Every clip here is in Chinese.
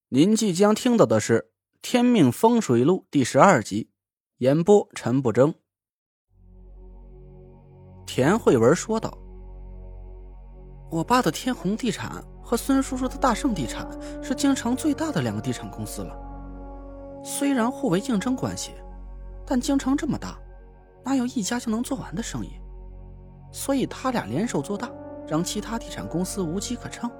您即将听到的是《天命风水录》第12集，演播陈不争。田慧文说道：我爸的天弘地产和孙叔叔的大盛地产是京城最大的2个地产公司了。虽然互为竞争关系，但京城这么大，哪有一家就能做完的生意？所以他俩联手做大，让其他地产公司无机可乘。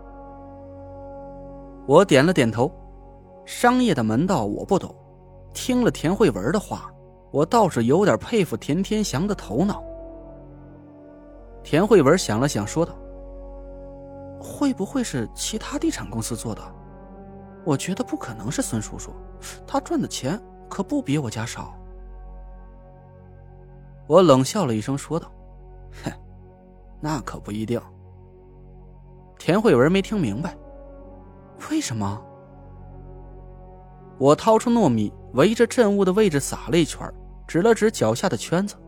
我点了点头，商业的门道我不懂，听了田慧文的话，我倒是有点佩服田天祥的头脑。田慧文想了想说道：会不会是其他地产公司做的？我觉得不可能是孙叔叔，他赚的钱可不比我家少。我冷笑了一声说道：哼，那可不一定。田慧文没听明白，为什么？我掏出糯米，围着镇物的位置撒了一圈，指了指脚下的圈子。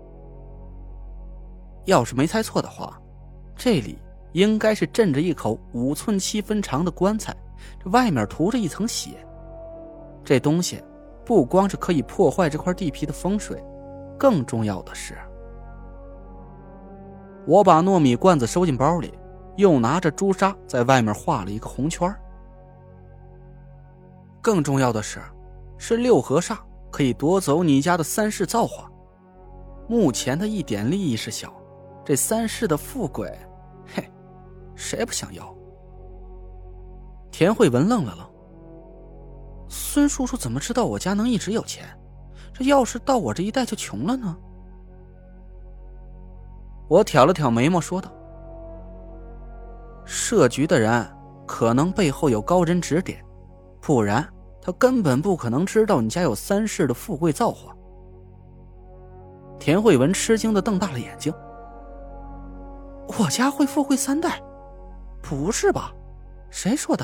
要是没猜错的话，这里应该是镇着一口5寸7分长的棺材，这外面涂着一层血。这东西不光是可以破坏这块地皮的风水，更重要的是，我把糯米罐子收进包里，又拿着朱砂在外面画了一个红圈。更重要的是6合煞可以夺走你家的3世造化。目前的一点利益是小，这3世的富贵，嘿，谁不想要？田慧文愣了愣，孙叔叔怎么知道我家能一直有钱？这要是到我这一代就穷了呢？我挑了挑眉毛说道：设局的人可能背后有高人指点，不然他根本不可能知道你家有3世的富贵造化。田慧文吃惊地瞪大了眼睛：我家会富贵3代？不是吧？谁说的？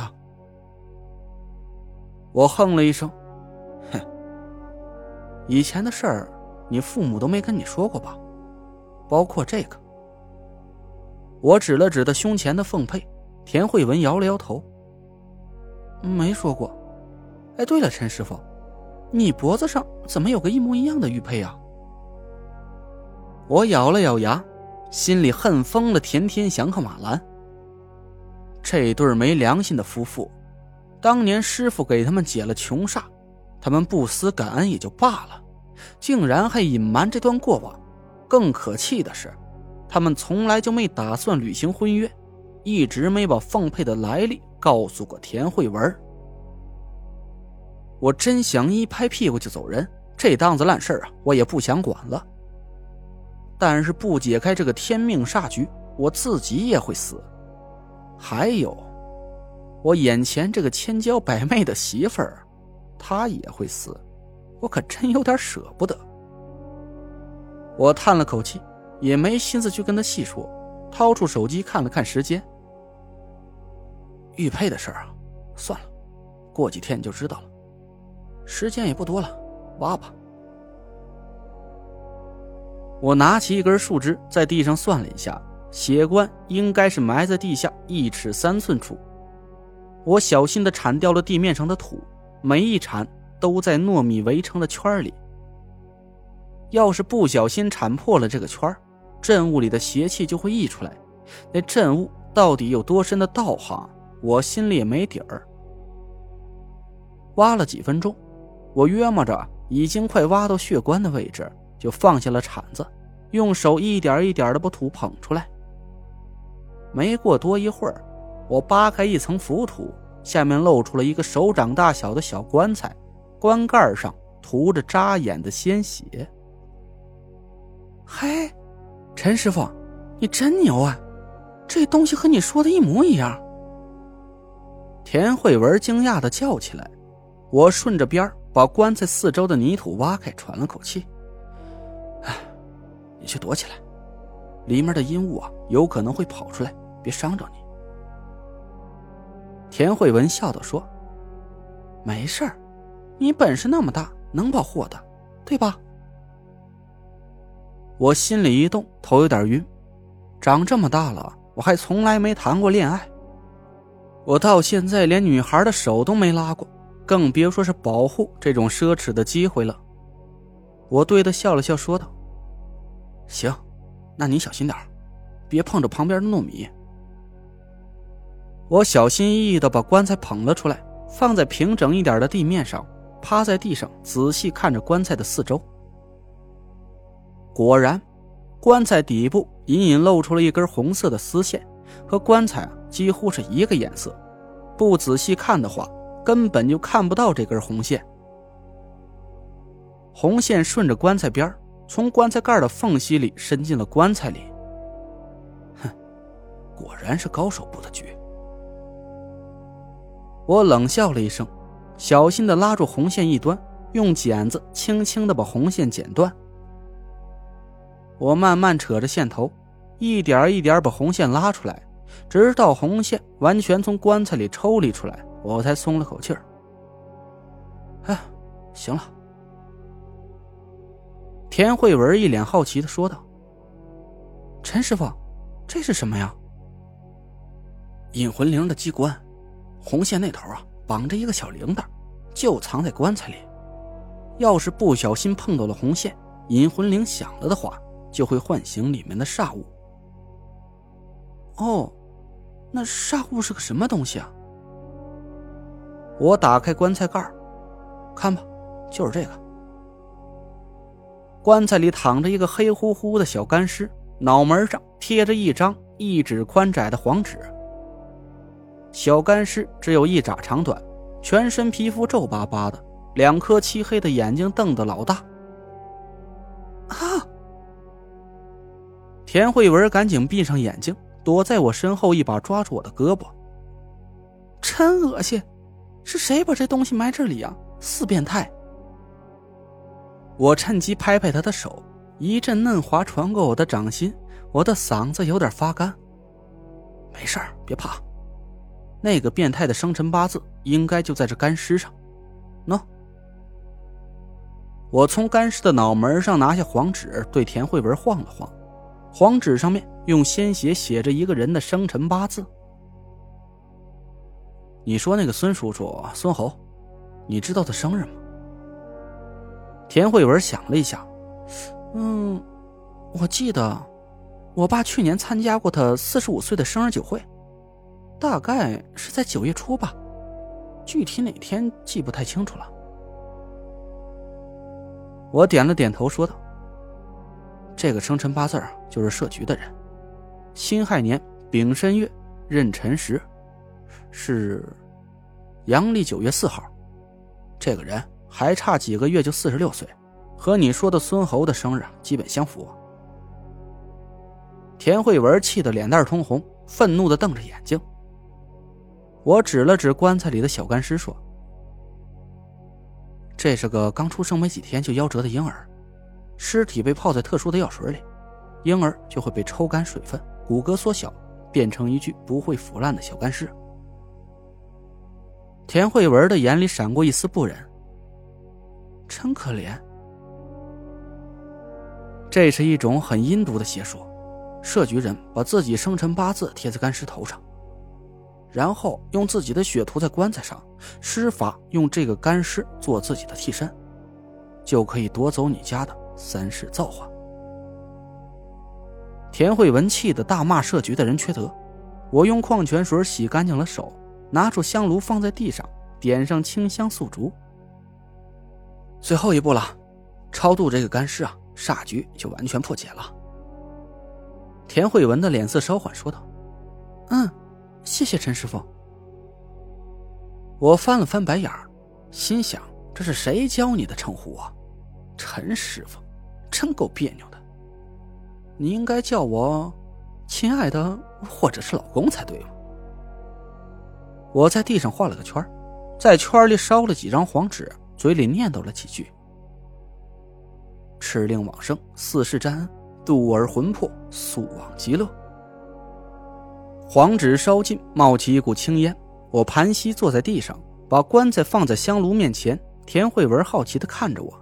我哼了一声：哼，以前的事儿你父母都没跟你说过吧？包括这个。我指了指他胸前的凤佩，田慧文摇了摇头：没说过。哎，对了，陈师傅，你脖子上怎么有个一模一样的玉佩啊？我咬了咬牙，心里恨疯了田天祥和马兰。这对没良心的夫妇，当年师傅给他们解了穷煞，他们不思感恩也就罢了，竟然还隐瞒这段过往。更可气的是，他们从来就没打算履行婚约，一直没把凤佩的来历告诉过田慧文。我真想一拍屁股就走人，这档子烂事啊，我也不想管了。但是不解开这个天命煞局，我自己也会死。还有，我眼前这个千娇百媚的媳妇儿，她也会死，我可真有点舍不得。我叹了口气，也没心思去跟她细说，掏出手机看了看时间。玉佩的事儿啊，算了，过几天你就知道了。时间也不多了，挖吧。我拿起一根树枝在地上算了一下，血棺应该是埋在地下1尺3寸处。我小心地铲掉了地面上的土，每一铲都在糯米围成的圈里。要是不小心铲破了这个圈，镇物里的邪气就会溢出来，那镇物到底有多深的道行，我心里也没底儿。挖了几分钟，我约摸着已经快挖到血棺的位置，就放下了铲子，用手一点一点地把土捧出来。没过多一会儿，我扒开一层浮土，下面露出了一个手掌大小的小棺材，棺盖上涂着扎眼的鲜血。嘿，陈师傅，你真牛啊，这东西和你说的一模一样。田慧文惊讶地叫起来。我顺着边把棺材4周的泥土挖开，喘了口气。唉，你去躲起来，里面的阴物啊，有可能会跑出来，别伤着你。田慧文笑道说：没事儿，你本事那么大，能保护我的，对吧？我心里一动，头有点晕。长这么大了，我还从来没谈过恋爱。 我到现在连女孩的手都没拉过，更别说是保护这种奢侈的机会了。我对他笑了笑说道：行，那你小心点，别碰着旁边的糯米。我小心翼翼地把棺材捧了出来，放在平整一点的地面上，趴在地上仔细看着棺材的四周。果然，棺材底部隐隐露出了一根红色的丝线，和棺材几乎是一个颜色，不仔细看的话根本就看不到这根红线。红线顺着棺材边从棺材盖的缝隙里伸进了棺材里。哼，果然是高手布的局。我冷笑了一声，小心地拉住红线一端，用剪子轻轻地把红线剪断。我慢慢扯着线头，一点一点把红线拉出来，直到红线完全从棺材里抽离出来，我才松了口气儿。哎，行了。田慧文一脸好奇地说道：陈师傅，这是什么呀？引魂铃的机关，红线那头绑着一个小铃铛，就藏在棺材里。要是不小心碰到了红线，引魂铃响了的话，就会唤醒里面的煞物。哦，那煞物是个什么东西啊？我打开棺材盖，看吧，就是这个。棺材里躺着一个黑乎乎的小干尸，脑门上贴着一张1指宽窄的黄纸。小干尸只有1拃长短，全身皮肤皱巴巴的，2颗漆黑的眼睛瞪得老大。啊！田慧文赶紧闭上眼睛，躲在我身后，一把抓住我的胳膊。真恶心，是谁把这东西埋这里啊？死变态！我趁机拍拍他的手，一阵嫩滑传过我的掌心，我的嗓子有点发干。没事儿，别怕，那个变态的生辰八字应该就在这干尸上。喏，我从干尸的脑门上拿下黄纸，对田慧文晃了晃，黄纸上面用鲜血写着一个人的生辰八字。你说那个孙叔叔孙侯，你知道他生日吗？田慧文想了一下，我记得我爸去年参加过他45岁的生日酒会，大概是在9月初吧，具体哪天记不太清楚了。我点了点头说道：这个生辰八字就是设局的人，辛亥年丙申月壬辰时，是阳历9月4号。这个人还差几个月就46岁，和你说的孙侯的生日基本相符。田慧文气得脸蛋通红，愤怒地瞪着眼睛。我指了指棺材里的小干尸说：这是个刚出生没几天就夭折的婴儿，尸体被泡在特殊的药水里，婴儿就会被抽干水分，骨骼缩小，变成一具不会腐烂的小干尸。田慧文的眼里闪过一丝不忍，真可怜。这是一种很阴毒的邪术，设局人把自己生辰八字贴在干尸头上，然后用自己的血涂在棺材上，施法用这个干尸做自己的替身，就可以夺走你家的3世造化。田慧文气得大骂设局的人缺德。我用矿泉水洗干净了手，拿出香炉放在地上，点上清香素烛。最后一步了，超度这个干尸煞局就完全破解了。田慧文的脸色稍缓说道：谢谢陈师傅。我翻了翻白眼，心想这是谁教你的称呼啊？陈师傅，真够别扭的。你应该叫我亲爱的或者是老公才对嘛。我在地上画了个圈，在圈里烧了几张黄纸，嘴里念叨了几句：敕令往生，四世沾恩，度尔魂魄，速往极乐。黄纸烧尽，冒起一股青烟，我盘膝坐在地上，把棺材放在香炉面前。田慧文好奇地看着我，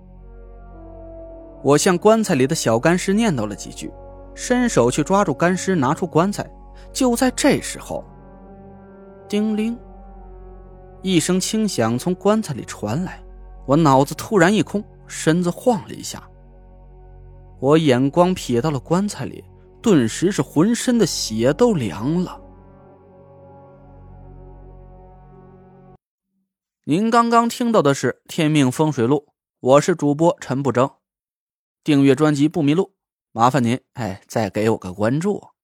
我向棺材里的小干尸念叨了几句，伸手去抓住干尸，拿出棺材。就在这时候， 叮铃，一声轻响从棺材里传来，我脑子突然一空，身子晃了一下。我眼光瞥到了棺材里，顿时是浑身的血都凉了。您刚刚听到的是《天命风水录》，我是主播陈不争。订阅专辑不迷路，麻烦您再给我个关注。